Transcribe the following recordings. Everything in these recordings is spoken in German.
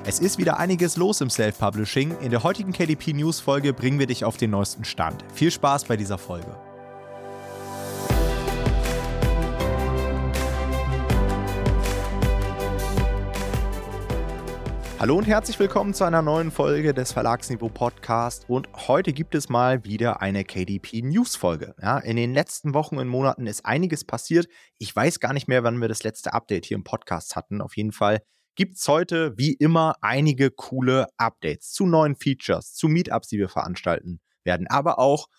Es ist wieder einiges los im Self-Publishing. In der heutigen KDP News Folge bringen wir dich auf den neuesten Stand. Viel Spaß bei dieser Folge. Hallo und herzlich willkommen zu einer neuen Folge des Verlagsniveau Podcast. Und heute gibt es mal wieder eine KDP News Folge. Ja, in den letzten Wochen und Monaten ist einiges passiert. Ich weiß gar nicht mehr, wann wir das letzte Update hier im Podcast hatten. Auf jeden Fall gibt es heute, wie immer, einige coole Updates zu neuen Features, zu Meetups, die wir veranstalten werden, aber auch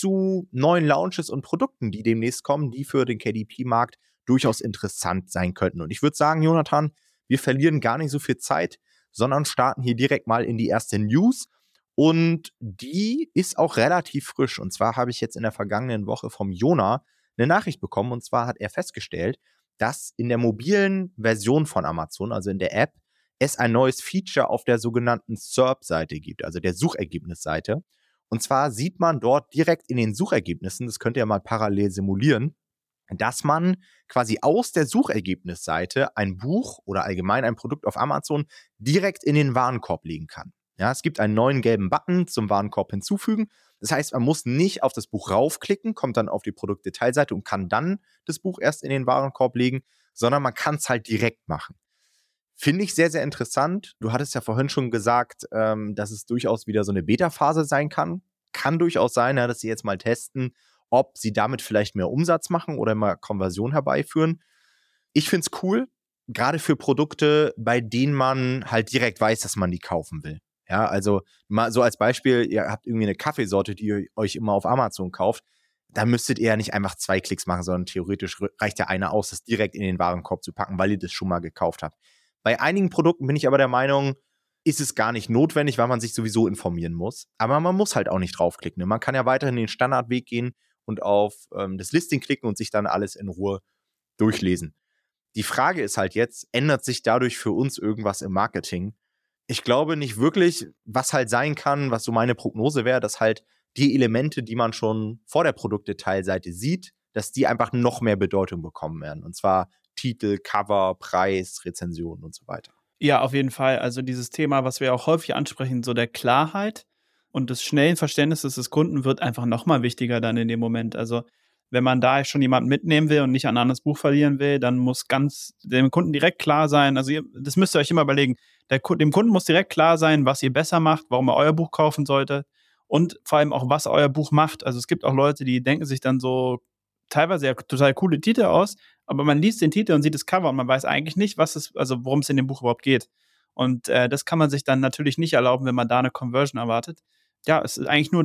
zu neuen Launches und Produkten, die demnächst kommen, die für den KDP-Markt durchaus interessant sein könnten. Und ich würde sagen, Jonathan, wir verlieren gar nicht so viel Zeit, sondern starten hier direkt mal in die erste News. Und die ist auch relativ frisch. Und zwar habe ich jetzt in der vergangenen Woche vom Jona eine Nachricht bekommen. Und zwar hat er festgestellt, dass in der mobilen Version von Amazon, also in der App, es ein neues Feature auf der sogenannten SERP-Seite gibt, also der Suchergebnisseite. Und zwar sieht man dort direkt in den Suchergebnissen, das könnt ihr mal parallel simulieren, dass man quasi aus der Suchergebnisseite ein Buch oder allgemein ein Produkt auf Amazon direkt in den Warenkorb legen kann. Ja, es gibt einen neuen gelben Button zum Warenkorb hinzufügen. Das heißt, man muss nicht auf das Buch raufklicken, kommt dann auf die Produktdetailseite und kann dann das Buch erst in den Warenkorb legen, sondern man kann es halt direkt machen. Finde ich sehr, sehr interessant. Du hattest ja vorhin schon gesagt, dass es durchaus wieder so eine Beta-Phase sein kann. Kann durchaus sein, ja, dass sie jetzt mal testen, ob sie damit vielleicht mehr Umsatz machen oder mal Konversion herbeiführen. Ich finde es cool, gerade für Produkte, bei denen man halt direkt weiß, dass man die kaufen will. Ja, also mal so als Beispiel, ihr habt irgendwie eine Kaffeesorte, die ihr euch immer auf Amazon kauft, da müsstet ihr ja nicht einfach 2 Klicks machen, sondern theoretisch reicht ja einer aus, das direkt in den Warenkorb zu packen, weil ihr das schon mal gekauft habt. Bei einigen Produkten bin ich aber der Meinung, ist es gar nicht notwendig, weil man sich sowieso informieren muss. Aber man muss halt auch nicht draufklicken. Ne? Man kann ja weiterhin den Standardweg gehen und auf das Listing klicken und sich dann alles in Ruhe durchlesen. Die Frage ist halt jetzt, ändert sich dadurch für uns irgendwas im Marketing? Ich glaube nicht wirklich. Was halt sein kann, was so meine Prognose wäre, dass halt die Elemente, die man schon vor der Produktdetailseite sieht, dass die einfach noch mehr Bedeutung bekommen werden. Und zwar Titel, Cover, Preis, Rezensionen und so weiter. Ja, auf jeden Fall. Also dieses Thema, was wir auch häufig ansprechen, so der Klarheit und des schnellen Verständnisses des Kunden wird einfach nochmal wichtiger dann in dem Moment. Also wenn man da schon jemanden mitnehmen will und nicht ein anderes Buch verlieren will, dann muss dem Kunden direkt klar sein, also das müsst ihr euch immer überlegen, dem Kunden muss direkt klar sein, was ihr besser macht, warum er euer Buch kaufen sollte und vor allem auch, was euer Buch macht. Also es gibt auch Leute, die denken sich dann so teilweise ja total coole Titel aus, aber man liest den Titel und sieht das Cover und man weiß eigentlich nicht, worum es in dem Buch überhaupt geht. Und das kann man sich dann natürlich nicht erlauben, wenn man da eine Conversion erwartet. Ja, es ist eigentlich nur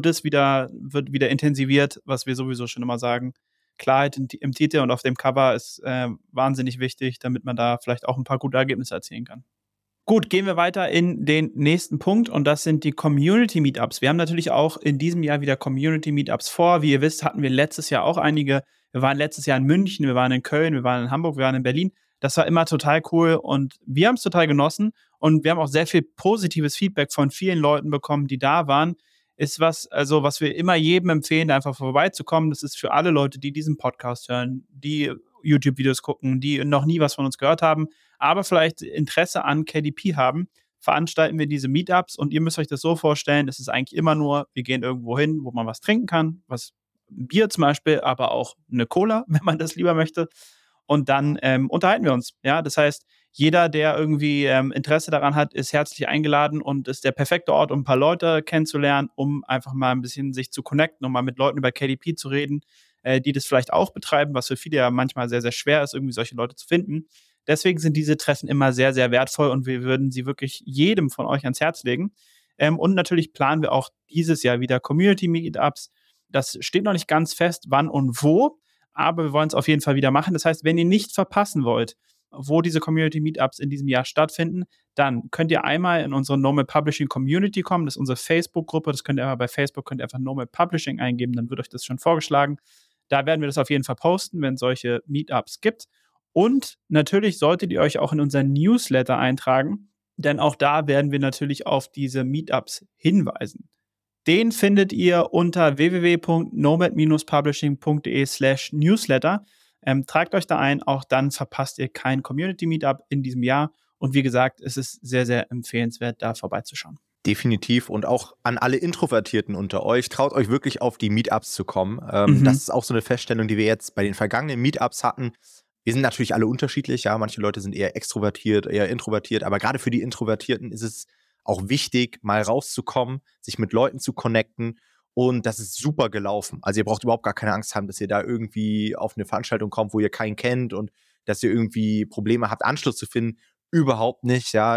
wird wieder intensiviert, was wir sowieso schon immer sagen. Klarheit im Titel und auf dem Cover ist wahnsinnig wichtig, damit man da vielleicht auch ein paar gute Ergebnisse erzielen kann. Gut, gehen wir weiter in den nächsten Punkt und das sind die Community Meetups. Wir haben natürlich auch in diesem Jahr wieder Community Meetups vor. Wie ihr wisst, hatten wir letztes Jahr auch einige. Wir waren letztes Jahr in München, wir waren in Köln, wir waren in Hamburg, wir waren in Berlin. Das war immer total cool und wir haben es total genossen und wir haben auch sehr viel positives Feedback von vielen Leuten bekommen, die da waren. Ist was wir immer jedem empfehlen, da einfach vorbeizukommen. Das ist für alle Leute, die diesen Podcast hören, die YouTube-Videos gucken, die noch nie was von uns gehört haben, aber vielleicht Interesse an KDP haben, veranstalten wir diese Meetups und ihr müsst euch das so vorstellen, es ist eigentlich immer nur, wir gehen irgendwo hin, wo man was trinken kann, Bier zum Beispiel, aber auch eine Cola, wenn man das lieber möchte. Und dann unterhalten wir uns. Ja, das heißt, jeder, der irgendwie Interesse daran hat, ist herzlich eingeladen und ist der perfekte Ort, um ein paar Leute kennenzulernen, um einfach mal ein bisschen sich zu connecten, um mal mit Leuten über KDP zu reden, die das vielleicht auch betreiben, was für viele ja manchmal sehr, sehr schwer ist, irgendwie solche Leute zu finden. Deswegen sind diese Treffen immer sehr, sehr wertvoll und wir würden sie wirklich jedem von euch ans Herz legen. Und natürlich planen wir auch dieses Jahr wieder Community Meetups. Das steht noch nicht ganz fest, wann und wo, aber wir wollen es auf jeden Fall wieder machen. Das heißt, wenn ihr nicht verpassen wollt, wo diese Community Meetups in diesem Jahr stattfinden, dann könnt ihr einmal in unsere Normal Publishing Community kommen. Das ist unsere Facebook-Gruppe. Das könnt ihr aber bei Facebook einfach Normal Publishing eingeben, dann wird euch das schon vorgeschlagen. Da werden wir das auf jeden Fall posten, wenn es solche Meetups gibt. Und natürlich solltet ihr euch auch in unseren Newsletter eintragen, denn auch da werden wir natürlich auf diese Meetups hinweisen. Den findet ihr unter www.nomad-publishing.de/newsletter. Tragt euch da ein, auch dann verpasst ihr kein Community Meetup in diesem Jahr Und wie gesagt, es ist sehr, sehr empfehlenswert, da vorbeizuschauen. Definitiv. Und auch an alle Introvertierten unter euch, traut euch wirklich auf die Meetups zu kommen. Das ist auch so eine Feststellung, die wir jetzt bei den vergangenen Meetups hatten. Wir sind natürlich alle unterschiedlich, ja, manche Leute sind eher extrovertiert, eher introvertiert, aber gerade für die Introvertierten ist es auch wichtig, mal rauszukommen, sich mit Leuten zu connecten, und das ist super gelaufen. Also ihr braucht überhaupt gar keine Angst haben, dass ihr da irgendwie auf eine Veranstaltung kommt, wo ihr keinen kennt und dass ihr irgendwie Probleme habt, Anschluss zu finden. Überhaupt nicht, ja,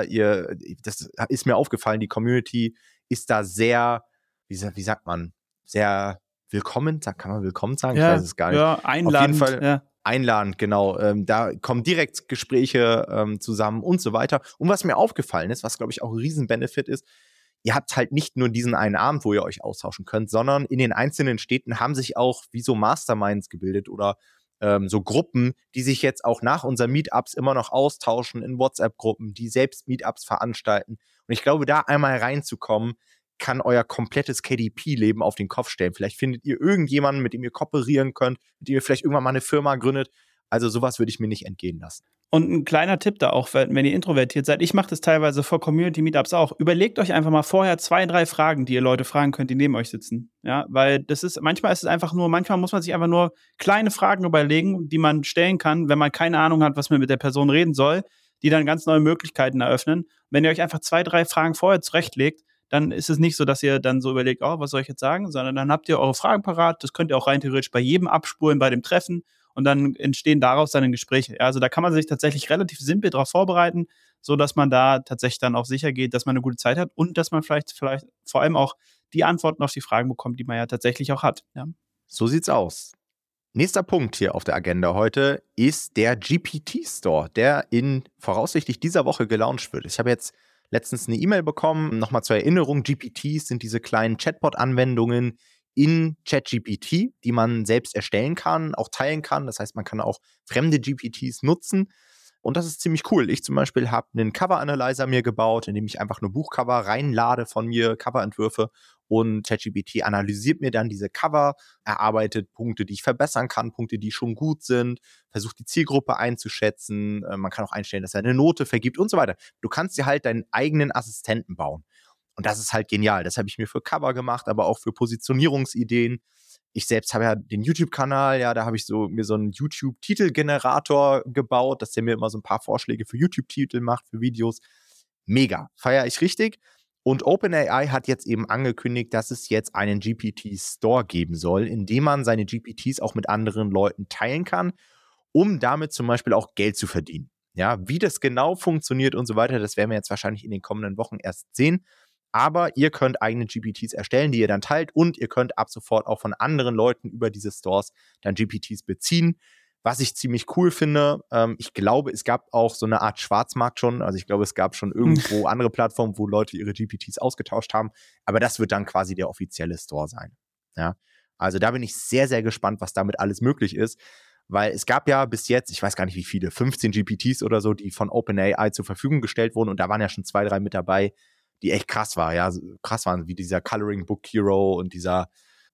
das ist mir aufgefallen, die Community ist da sehr, wie sagt man, sehr willkommen, kann man willkommen sagen? Ich weiß es gar nicht. Ja, einladend. Auf jeden Fall einladend, genau. Da kommen direkt Gespräche zusammen und so weiter. Und was mir aufgefallen ist, was glaube ich auch ein Riesen-Benefit ist, ihr habt halt nicht nur diesen einen Abend, wo ihr euch austauschen könnt, sondern in den einzelnen Städten haben sich auch wie so Masterminds gebildet oder so Gruppen, die sich jetzt auch nach unseren Meetups immer noch austauschen in WhatsApp-Gruppen, die selbst Meetups veranstalten. Und ich glaube, da einmal reinzukommen, kann euer komplettes KDP-Leben auf den Kopf stellen. Vielleicht findet ihr irgendjemanden, mit dem ihr kooperieren könnt, mit dem ihr vielleicht irgendwann mal eine Firma gründet. Also sowas würde ich mir nicht entgehen lassen. Und ein kleiner Tipp da auch, wenn ihr introvertiert seid, ich mache das teilweise vor Community-Meetups auch. Überlegt euch einfach mal vorher 2, 3 Fragen, die ihr Leute fragen könnt, die neben euch sitzen. Ja, weil manchmal muss man sich einfach nur kleine Fragen überlegen, die man stellen kann, wenn man keine Ahnung hat, was man mit der Person reden soll, die dann ganz neue Möglichkeiten eröffnen. Wenn ihr euch einfach 2, 3 Fragen vorher zurechtlegt, dann ist es nicht so, dass ihr dann so überlegt, oh, was soll ich jetzt sagen, sondern dann habt ihr eure Fragen parat. Das könnt ihr auch rein theoretisch bei jedem abspulen, bei dem Treffen. Und dann entstehen daraus dann Gespräche. Also da kann man sich tatsächlich relativ simpel darauf vorbereiten, so dass man da tatsächlich dann auch sicher geht, dass man eine gute Zeit hat und dass man vielleicht vor allem auch die Antworten auf die Fragen bekommt, die man ja tatsächlich auch hat. Ja. So sieht's aus. Nächster Punkt hier auf der Agenda heute ist der GPT-Store, der in voraussichtlich dieser Woche gelauncht wird. Ich habe jetzt letztens eine E-Mail bekommen, nochmal zur Erinnerung, GPTs sind diese kleinen Chatbot-Anwendungen in ChatGPT, die man selbst erstellen kann, auch teilen kann. Das heißt, man kann auch fremde GPTs nutzen. Und das ist ziemlich cool. Ich zum Beispiel habe einen Cover-Analyzer mir gebaut, in dem ich einfach nur Buchcover reinlade von mir, Coverentwürfe, und ChatGPT analysiert mir dann diese Cover, erarbeitet Punkte, die ich verbessern kann, Punkte, die schon gut sind, versucht die Zielgruppe einzuschätzen. Man kann auch einstellen, dass er eine Note vergibt und so weiter. Du kannst dir halt deinen eigenen Assistenten bauen. Und das ist halt genial. Das habe ich mir für Cover gemacht, aber auch für Positionierungsideen. Ich selbst habe ja den YouTube-Kanal, ja, da habe ich mir so einen YouTube-Titelgenerator gebaut, dass der mir immer so ein paar Vorschläge für YouTube-Titel macht, für Videos. Mega, feiere ich richtig. Und OpenAI hat jetzt eben angekündigt, dass es jetzt einen GPT-Store geben soll, in dem man seine GPTs auch mit anderen Leuten teilen kann, um damit zum Beispiel auch Geld zu verdienen. Ja, wie das genau funktioniert und so weiter, das werden wir jetzt wahrscheinlich in den kommenden Wochen erst sehen. Aber ihr könnt eigene GPTs erstellen, die ihr dann teilt, und ihr könnt ab sofort auch von anderen Leuten über diese Stores dann GPTs beziehen. Was ich ziemlich cool finde, ich glaube, es gab auch so eine Art Schwarzmarkt schon. Also ich glaube, es gab schon irgendwo andere Plattformen, wo Leute ihre GPTs ausgetauscht haben. Aber das wird dann quasi der offizielle Store sein. Ja? Also da bin ich sehr, sehr gespannt, was damit alles möglich ist. Weil es gab ja bis jetzt, ich weiß gar nicht wie viele, 15 GPTs oder so, die von OpenAI zur Verfügung gestellt wurden. Und da waren ja schon 2, 3 mit dabei, die echt krass waren, wie dieser Coloring Book Hero und dieser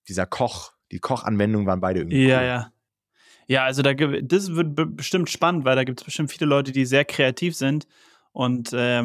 die Kochanwendung waren beide irgendwie cool. Ja. Ja, also das wird bestimmt spannend, weil da gibt es bestimmt viele Leute, die sehr kreativ sind. Und da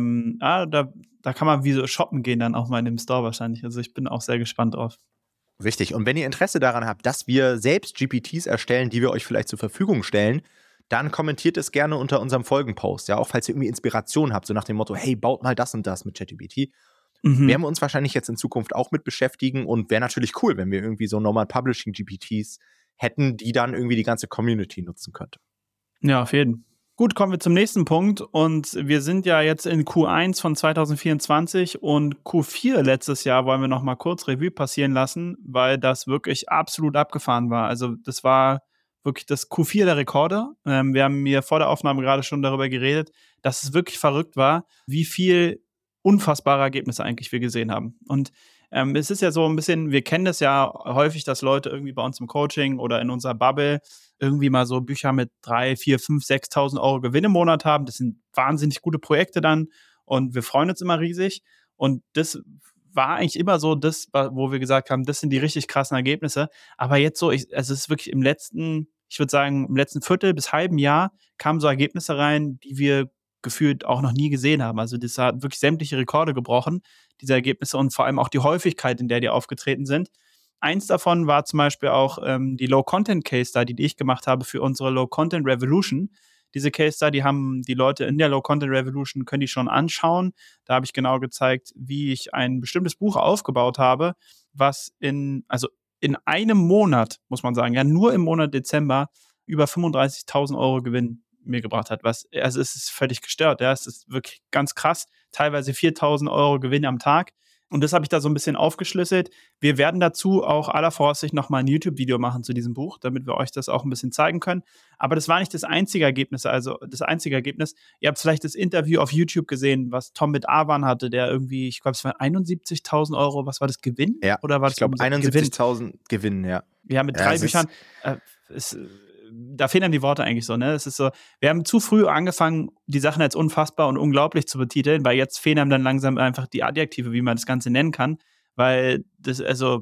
kann man wie so shoppen gehen dann auch mal in dem Store wahrscheinlich. Also ich bin auch sehr gespannt drauf. Richtig. Und wenn ihr Interesse daran habt, dass wir selbst GPTs erstellen, die wir euch vielleicht zur Verfügung stellen, dann kommentiert es gerne unter unserem Folgenpost. Ja, auch falls ihr irgendwie Inspiration habt, so nach dem Motto, hey, baut mal das und das mit ChatGPT. Werden wir uns wahrscheinlich jetzt in Zukunft auch mit beschäftigen, und wäre natürlich cool, wenn wir irgendwie so Normal Publishing GPTs hätten, die dann irgendwie die ganze Community nutzen könnte. Ja, auf jeden Fall. Gut, kommen wir zum nächsten Punkt, und wir sind ja jetzt in Q1 von 2024 und Q4 letztes Jahr wollen wir noch mal kurz Revue passieren lassen, weil das wirklich absolut abgefahren war. Also das war wirklich das Q4 der Rekorde. Wir haben hier vor der Aufnahme gerade schon darüber geredet, dass es wirklich verrückt war, wie viel unfassbare Ergebnisse eigentlich wir gesehen haben. Und es ist ja so ein bisschen, wir kennen das ja häufig, dass Leute irgendwie bei uns im Coaching oder in unserer Bubble irgendwie mal so Bücher mit 3, 4, 5, 6.000 Euro Gewinn im Monat haben. Das sind wahnsinnig gute Projekte dann und wir freuen uns immer riesig. Und das war eigentlich immer so das, wo wir gesagt haben, das sind die richtig krassen Ergebnisse. Aber jetzt so, es ist wirklich ich würde sagen, im letzten Viertel bis halben Jahr kamen so Ergebnisse rein, die wir gefühlt auch noch nie gesehen haben. Also das hat wirklich sämtliche Rekorde gebrochen, diese Ergebnisse und vor allem auch die Häufigkeit, in der die aufgetreten sind. Eins davon war zum Beispiel auch die Low-Content-Case-Study, die ich gemacht habe für unsere Low-Content-Revolution. Diese Case-Study haben die Leute in der Low-Content-Revolution, können die schon anschauen. Da habe ich genau gezeigt, wie ich ein bestimmtes Buch aufgebaut habe, was in einem Monat, muss man sagen, ja nur im Monat Dezember, über 35.000 Euro Gewinn mir gebracht hat. Also es ist völlig gestört, ja, es ist wirklich ganz krass, teilweise 4.000 Euro Gewinn am Tag. Und das habe ich da so ein bisschen aufgeschlüsselt. Wir werden dazu auch aller Voraussicht nochmal ein YouTube-Video machen zu diesem Buch, damit wir euch das auch ein bisschen zeigen können. Aber das war nicht das einzige Ergebnis. Ihr habt vielleicht das Interview auf YouTube gesehen, was Tom mit Avan hatte, der irgendwie, ich glaube, es waren 71.000 Euro, was war das, Gewinn? Ja, Oder war ich glaube 71.000 Gewinn, ja. Ja, mit 3 Büchern. Da fehlen einem die Worte eigentlich so, ne? Es ist so, wir haben zu früh angefangen, die Sachen als unfassbar und unglaublich zu betiteln, weil jetzt fehlen einem dann langsam einfach die Adjektive, wie man das Ganze nennen kann, weil das, also,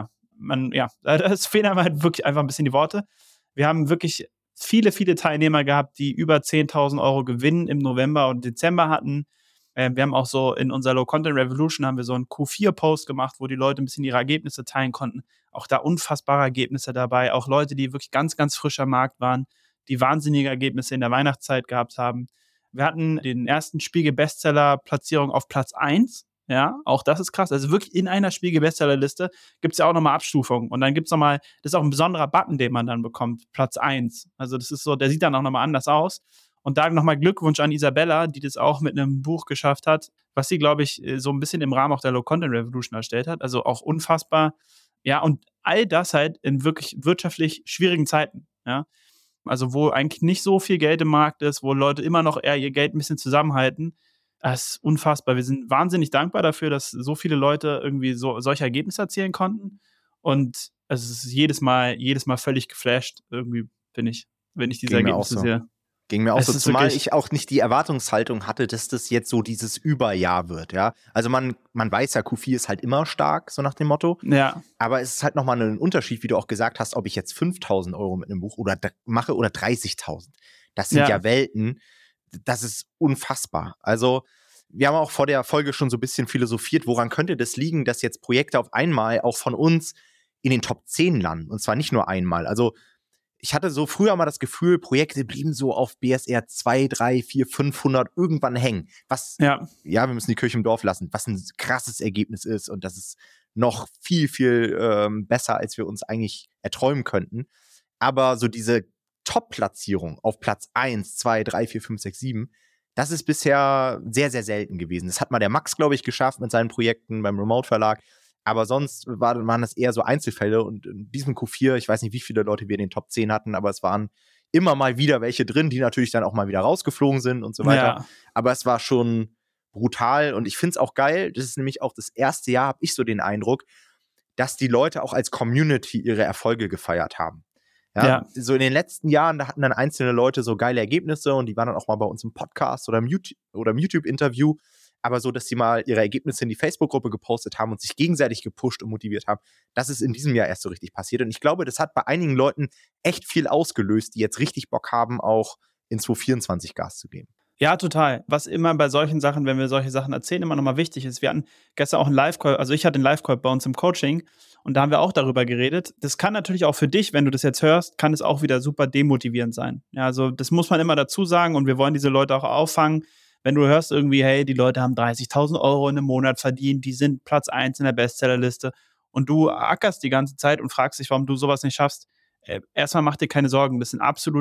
das fehlen einem halt wirklich einfach ein bisschen die Worte. Wir haben wirklich viele, viele Teilnehmer gehabt, die über 10.000 Euro Gewinn im November und Dezember hatten. Wir haben auch so in unserer Low-Content-Revolution haben wir so einen Q4-Post gemacht, wo die Leute ein bisschen ihre Ergebnisse teilen konnten. Auch da unfassbare Ergebnisse dabei. Auch Leute, die wirklich ganz, ganz frisch am Markt waren, die wahnsinnige Ergebnisse in der Weihnachtszeit gehabt haben. Wir hatten den ersten Spiegel-Bestseller-Platzierung auf Platz 1. Ja, auch das ist krass. Also wirklich in einer Spiegel-Bestseller-Liste gibt es ja auch nochmal Abstufungen. Und dann gibt es nochmal, das ist auch ein besonderer Button, den man dann bekommt, Platz 1. Also das ist so, der sieht dann auch nochmal anders aus. Und da nochmal Glückwunsch an Isabella, die das auch mit einem Buch geschafft hat, was sie, glaube ich, so ein bisschen im Rahmen auch der Low-Content-Revolution erstellt hat. Also auch unfassbar. Ja, und all das halt in wirklich wirtschaftlich schwierigen Zeiten. Ja, also wo eigentlich nicht so viel Geld im Markt ist, wo Leute immer noch eher ihr Geld ein bisschen zusammenhalten. Das ist unfassbar. Wir sind wahnsinnig dankbar dafür, dass so viele Leute irgendwie solche Ergebnisse erzielen konnten. Und es ist jedes Mal völlig geflasht, irgendwie bin ich, wenn ich diese Ergebnisse sehe. Ging mir auch so, zumal ich auch nicht die Erwartungshaltung hatte, dass das jetzt so dieses Überjahr wird, ja. Also man weiß ja, Q4 ist halt immer stark, so nach dem Motto. Ja. Aber es ist halt nochmal ein Unterschied, wie du auch gesagt hast, ob ich jetzt 5.000 Euro mit einem Buch mache oder 30.000. Das sind ja Welten, das ist unfassbar. Also wir haben auch vor der Folge schon so ein bisschen philosophiert, woran könnte das liegen, dass jetzt Projekte auf einmal auch von uns in den Top 10 landen. Und zwar nicht nur einmal. Also ich hatte so früher mal das Gefühl, Projekte blieben so auf BSR 2, 3, 4, 500 irgendwann hängen. Wir müssen die Kirche im Dorf lassen, was ein krasses Ergebnis ist und das ist noch viel, viel besser, als wir uns eigentlich erträumen könnten. Aber so diese Top-Platzierung auf Platz 1, 2, 3, 4, 5, 6, 7, das ist bisher sehr, sehr selten gewesen. Das hat mal der Max, glaube ich, geschafft mit seinen Projekten beim Remote-Verlag. Aber sonst waren das eher so Einzelfälle. Und in diesem Q4, ich weiß nicht, wie viele Leute wir in den Top 10 hatten, aber es waren immer mal wieder welche drin, die natürlich dann auch mal wieder rausgeflogen sind und so weiter. Ja. Aber es war schon brutal. Und ich finde es auch geil. Das ist nämlich auch das erste Jahr, habe ich so den Eindruck, dass die Leute auch als Community ihre Erfolge gefeiert haben. Ja. So in den letzten Jahren, da hatten dann einzelne Leute so geile Ergebnisse und die waren dann auch mal bei uns im Podcast oder im YouTube-Interview. Aber so, dass sie mal ihre Ergebnisse in die Facebook-Gruppe gepostet haben und sich gegenseitig gepusht und motiviert haben, das ist in diesem Jahr erst so richtig passiert. Und ich glaube, das hat bei einigen Leuten echt viel ausgelöst, die jetzt richtig Bock haben, auch in 2024 Gas zu geben. Ja, total. Was immer bei solchen Sachen, wenn wir solche Sachen erzählen, immer nochmal wichtig ist. Wir hatten gestern auch einen Live-Call, also ich hatte einen Live-Call bei uns im Coaching und da haben wir auch darüber geredet. Das kann natürlich auch für dich, wenn du das jetzt hörst, kann es auch wieder super demotivierend sein. Ja, also das muss man immer dazu sagen und wir wollen diese Leute auch auffangen. Wenn du hörst irgendwie, hey, die Leute haben 30.000 Euro in einem Monat verdient, die sind Platz 1 in der Bestsellerliste und du ackerst die ganze Zeit und fragst dich, warum du sowas nicht schaffst. Erstmal mach dir keine Sorgen, das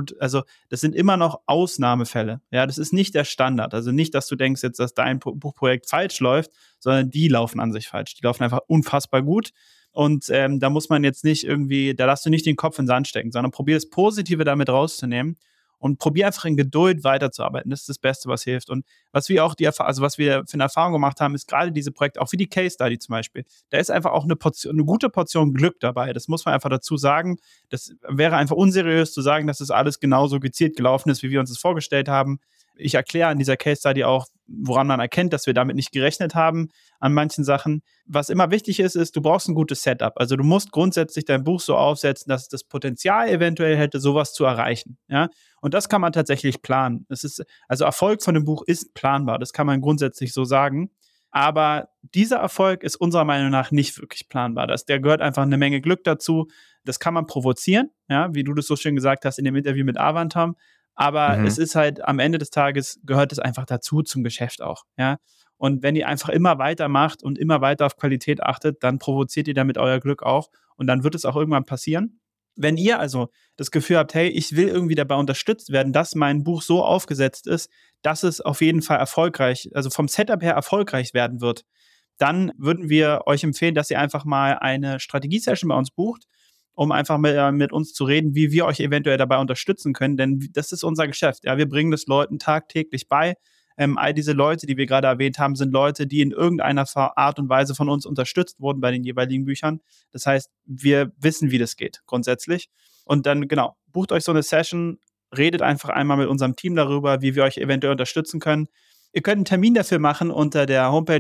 sind immer noch Ausnahmefälle. Ja, das ist nicht der Standard. Also nicht, dass du denkst jetzt, dass dein Buchprojekt falsch läuft, sondern die laufen an sich falsch. Die laufen einfach unfassbar gut. Und da muss man jetzt nicht irgendwie, da darfst du nicht den Kopf in den Sand stecken, sondern probier das Positive damit rauszunehmen. Und probier einfach in Geduld weiterzuarbeiten. Das ist das Beste, was hilft. Und was wir für eine Erfahrung gemacht haben, ist gerade diese Projekte, auch wie die Case Study zum Beispiel, da ist einfach auch eine gute Portion Glück dabei. Das muss man einfach dazu sagen. Das wäre einfach unseriös zu sagen, dass das alles genauso gezielt gelaufen ist, wie wir uns das vorgestellt haben. Ich erkläre in dieser Case Study auch, woran man erkennt, dass wir damit nicht gerechnet haben an manchen Sachen. Was immer wichtig ist, du brauchst ein gutes Setup. Also du musst grundsätzlich dein Buch so aufsetzen, dass es das Potenzial eventuell hätte, sowas zu erreichen. Ja? Und das kann man tatsächlich planen. Also Erfolg von dem Buch ist planbar. Das kann man grundsätzlich so sagen. Aber dieser Erfolg ist unserer Meinung nach nicht wirklich planbar. Der gehört einfach eine Menge Glück dazu. Das kann man provozieren, ja, wie du das so schön gesagt hast in dem Interview mit Avantam. Aber es ist halt am Ende des Tages gehört es einfach dazu zum Geschäft auch, ja. Und wenn ihr einfach immer weitermacht und immer weiter auf Qualität achtet, dann provoziert ihr damit euer Glück auch und dann wird es auch irgendwann passieren. Wenn ihr also das Gefühl habt, hey, ich will irgendwie dabei unterstützt werden, dass mein Buch so aufgesetzt ist, dass es auf jeden Fall erfolgreich, also vom Setup her erfolgreich werden wird, dann würden wir euch empfehlen, dass ihr einfach mal eine Strategie-Session bei uns bucht, um einfach mit uns zu reden, wie wir euch eventuell dabei unterstützen können, denn das ist unser Geschäft. Ja, wir bringen das Leuten tagtäglich bei. All diese Leute, die wir gerade erwähnt haben, sind Leute, die in irgendeiner Art und Weise von uns unterstützt wurden bei den jeweiligen Büchern. Das heißt, wir wissen, wie das geht, grundsätzlich. Und dann, genau, bucht euch so eine Session, redet einfach einmal mit unserem Team darüber, wie wir euch eventuell unterstützen können. Ihr könnt einen Termin dafür machen unter der Homepage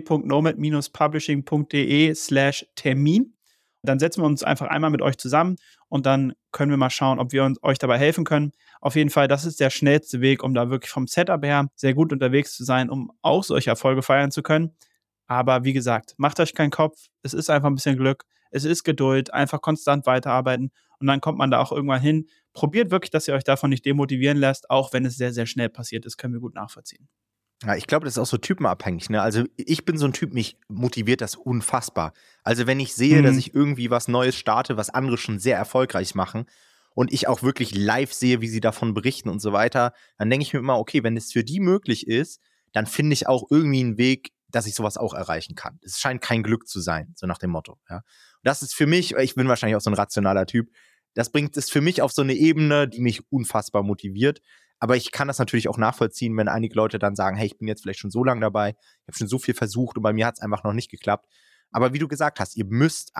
www.nomad-publishing.de/Termin. Dann setzen wir uns einfach einmal mit euch zusammen und dann können wir mal schauen, ob wir euch dabei helfen können. Auf jeden Fall, das ist der schnellste Weg, um da wirklich vom Setup her sehr gut unterwegs zu sein, um auch solche Erfolge feiern zu können. Aber wie gesagt, macht euch keinen Kopf. Es ist einfach ein bisschen Glück. Es ist Geduld. Einfach konstant weiterarbeiten und dann kommt man da auch irgendwann hin. Probiert wirklich, dass ihr euch davon nicht demotivieren lasst, auch wenn es sehr, sehr schnell passiert ist. Können wir gut nachvollziehen. Ja, ich glaube, das ist auch so typenabhängig, ne? Also ich bin so ein Typ, mich motiviert das unfassbar. Also wenn ich sehe, dass ich irgendwie was Neues starte, was andere schon sehr erfolgreich machen und ich auch wirklich live sehe, wie sie davon berichten und so weiter, dann denke ich mir immer, okay, wenn es für die möglich ist, dann finde ich auch irgendwie einen Weg, dass ich sowas auch erreichen kann. Es scheint kein Glück zu sein, so nach dem Motto, ja. Und das ist für mich, ich bin wahrscheinlich auch so ein rationaler Typ, das bringt es für mich auf so eine Ebene, die mich unfassbar motiviert. Aber ich kann das natürlich auch nachvollziehen, wenn einige Leute dann sagen, hey, ich bin jetzt vielleicht schon so lange dabei, ich habe schon so viel versucht und bei mir hat es einfach noch nicht geklappt. Aber wie du gesagt hast, ihr müsst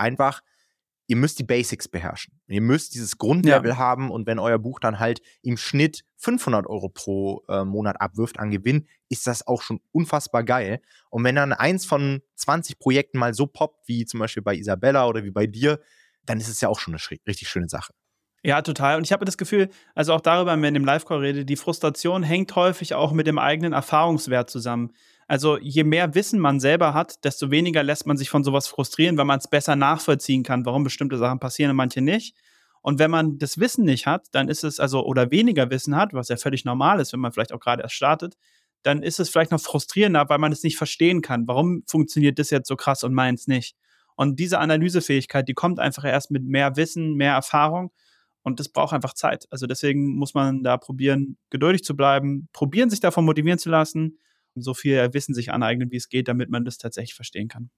die Basics beherrschen. Ihr müsst dieses Grundlevel haben und wenn euer Buch dann halt im Schnitt 500 Euro pro Monat abwirft an Gewinn, ist das auch schon unfassbar geil. Und wenn dann eins von 20 Projekten mal so poppt, wie zum Beispiel bei Isabella oder wie bei dir, dann ist es ja auch schon eine richtig schöne Sache. Ja, total. Und ich habe das Gefühl, also auch darüber, wenn man in dem Live-Call redet, die Frustration hängt häufig auch mit dem eigenen Erfahrungswert zusammen. Also je mehr Wissen man selber hat, desto weniger lässt man sich von sowas frustrieren, weil man es besser nachvollziehen kann, warum bestimmte Sachen passieren und manche nicht. Und wenn man das Wissen nicht hat, dann ist es also, oder weniger Wissen hat, was ja völlig normal ist, wenn man vielleicht auch gerade erst startet, dann ist es vielleicht noch frustrierender, weil man es nicht verstehen kann. Warum funktioniert das jetzt so krass und meins nicht? Und diese Analysefähigkeit, die kommt einfach erst mit mehr Wissen, mehr Erfahrung. Und das braucht einfach Zeit. Also deswegen muss man da probieren, geduldig zu bleiben, probieren, sich davon motivieren zu lassen und so viel Wissen sich aneignen, wie es geht, damit man das tatsächlich verstehen kann.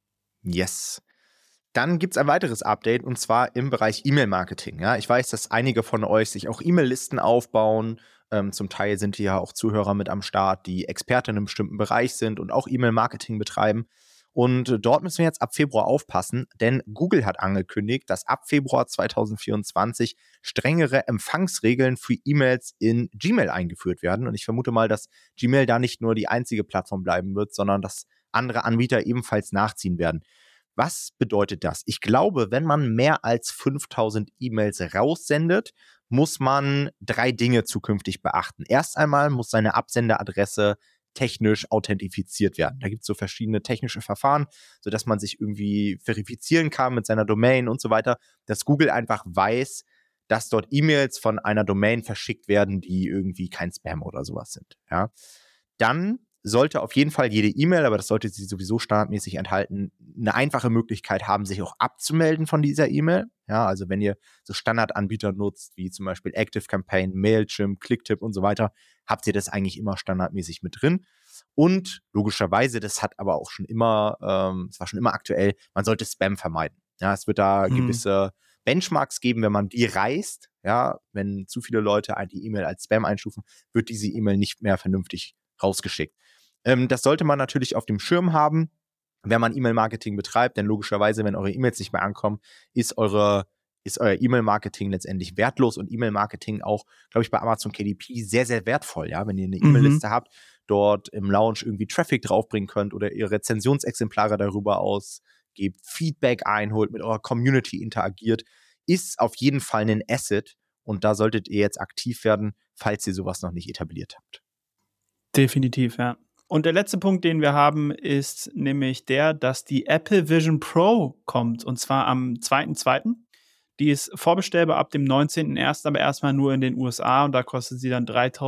Yes. Dann gibt es ein weiteres Update und zwar im Bereich E-Mail-Marketing. Ja, ich weiß, dass einige von euch sich auch E-Mail-Listen aufbauen. Zum Teil sind hier ja auch Zuhörer mit am Start, die Experten in einem bestimmten Bereich sind und auch E-Mail-Marketing betreiben. Und dort müssen wir jetzt ab Februar aufpassen, denn Google hat angekündigt, dass ab Februar 2024 strengere Empfangsregeln für E-Mails in Gmail eingeführt werden. Und ich vermute mal, dass Gmail da nicht nur die einzige Plattform bleiben wird, sondern dass andere Anbieter ebenfalls nachziehen werden. Was bedeutet das? Ich glaube, wenn man mehr als 5000 E-Mails raussendet, muss man 3 Dinge zukünftig beachten. Erst einmal muss seine Absenderadresse technisch authentifiziert werden. Da gibt es so verschiedene technische Verfahren, sodass man sich irgendwie verifizieren kann mit seiner Domain und so weiter, dass Google einfach weiß, dass dort E-Mails von einer Domain verschickt werden, die irgendwie kein Spam oder sowas sind. Ja. Dann sollte auf jeden Fall jede E-Mail, aber das sollte sie sowieso standardmäßig enthalten, eine einfache Möglichkeit haben, sich auch abzumelden von dieser E-Mail. Ja, also wenn ihr so Standardanbieter nutzt, wie zum Beispiel ActiveCampaign, Mailchimp, Clicktip und so weiter, habt ihr das eigentlich immer standardmäßig mit drin. Und logischerweise, das hat aber auch schon immer, es war schon immer aktuell, man sollte Spam vermeiden. Ja, es wird da gewisse Benchmarks geben, wenn man die reißt. Ja, wenn zu viele Leute die E-Mail als Spam einstufen, wird diese E-Mail nicht mehr vernünftig rausgeschickt. Das sollte man natürlich auf dem Schirm haben, wenn man E-Mail-Marketing betreibt, denn logischerweise, wenn eure E-Mails nicht mehr ankommen, ist eure ist euer E-Mail-Marketing letztendlich wertlos und E-Mail-Marketing auch, glaube ich, bei Amazon KDP sehr, sehr wertvoll, ja, wenn ihr eine E-Mail-Liste habt, dort im Launch irgendwie Traffic draufbringen könnt oder ihr Rezensionsexemplare darüber ausgebt, Feedback einholt, mit eurer Community interagiert, ist auf jeden Fall ein Asset und da solltet ihr jetzt aktiv werden, falls ihr sowas noch nicht etabliert habt. Definitiv, ja. Und der letzte Punkt, den wir haben, ist nämlich der, dass die Apple Vision Pro kommt, und zwar am 2.2. Die ist vorbestellbar ab dem 19.01., aber erstmal nur in den USA und da kostet sie dann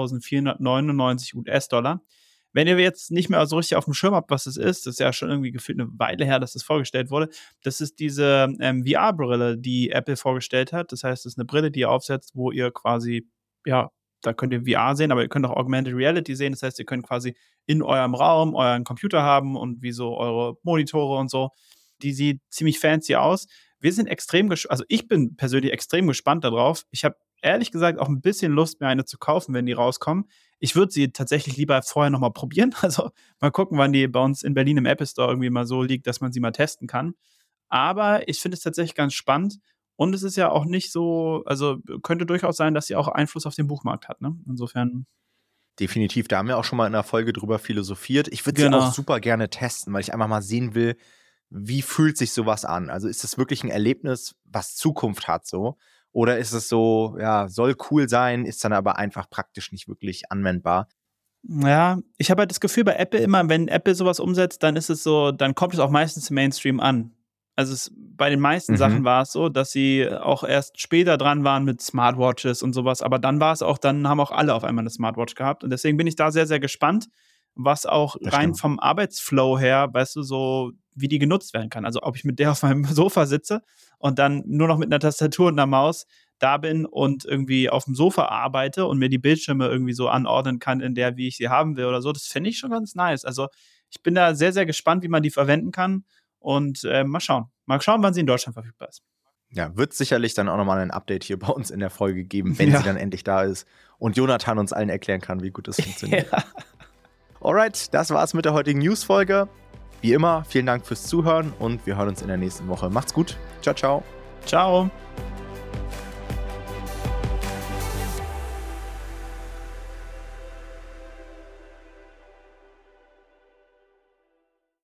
3.499 US-Dollar. Wenn ihr jetzt nicht mehr so richtig auf dem Schirm habt, was es ist, das ist ja schon irgendwie gefühlt eine Weile her, dass das vorgestellt wurde, das ist diese VR-Brille, die Apple vorgestellt hat. Das heißt, das ist eine Brille, die ihr aufsetzt, wo ihr quasi, ja, da könnt ihr VR sehen, aber ihr könnt auch Augmented Reality sehen. Das heißt, ihr könnt quasi in eurem Raum euren Computer haben und wie so eure Monitore und so. Die sieht ziemlich fancy aus. Wir sind also ich bin persönlich extrem gespannt darauf. Ich habe ehrlich gesagt auch ein bisschen Lust, mir eine zu kaufen, wenn die rauskommen. Ich würde sie tatsächlich lieber vorher nochmal probieren. Also mal gucken, wann die bei uns in Berlin im Apple Store irgendwie mal so liegt, dass man sie mal testen kann. Aber ich finde es tatsächlich ganz spannend. Und es ist ja auch nicht so, also könnte durchaus sein, dass sie auch Einfluss auf den Buchmarkt hat, ne? Insofern. Definitiv, da haben wir auch schon mal in einer Folge drüber philosophiert. Ich würde sie auch super gerne testen, weil ich einfach mal sehen will, wie fühlt sich sowas an? Also ist es wirklich ein Erlebnis, was Zukunft hat so? Oder ist es so, ja, soll cool sein, ist dann aber einfach praktisch nicht wirklich anwendbar? Ja, ich habe halt das Gefühl bei Apple immer, wenn Apple sowas umsetzt, dann ist es so, dann kommt es auch meistens im Mainstream an. Also bei den meisten Sachen war es so, dass sie auch erst später dran waren mit Smartwatches und sowas, aber dann war es auch, dann haben auch alle auf einmal eine Smartwatch gehabt und deswegen bin ich da sehr, sehr gespannt, was auch Das rein stimmt. vom Arbeitsflow her, weißt du, so wie die genutzt werden kann. Also ob ich mit der auf meinem Sofa sitze und dann nur noch mit einer Tastatur und einer Maus da bin und irgendwie auf dem Sofa arbeite und mir die Bildschirme irgendwie so anordnen kann, in der, wie ich sie haben will oder so, das finde ich schon ganz nice. Also ich bin da sehr, sehr gespannt, wie man die verwenden kann. Und mal schauen. Mal schauen, wann sie in Deutschland verfügbar ist. Ja, wird sicherlich dann auch nochmal ein Update hier bei uns in der Folge geben, wenn sie dann endlich da ist und Jonathan uns allen erklären kann, wie gut das funktioniert. Ja. Alright, das war's mit der heutigen News-Folge. Wie immer, vielen Dank fürs Zuhören und wir hören uns in der nächsten Woche. Macht's gut. Ciao, ciao. Ciao.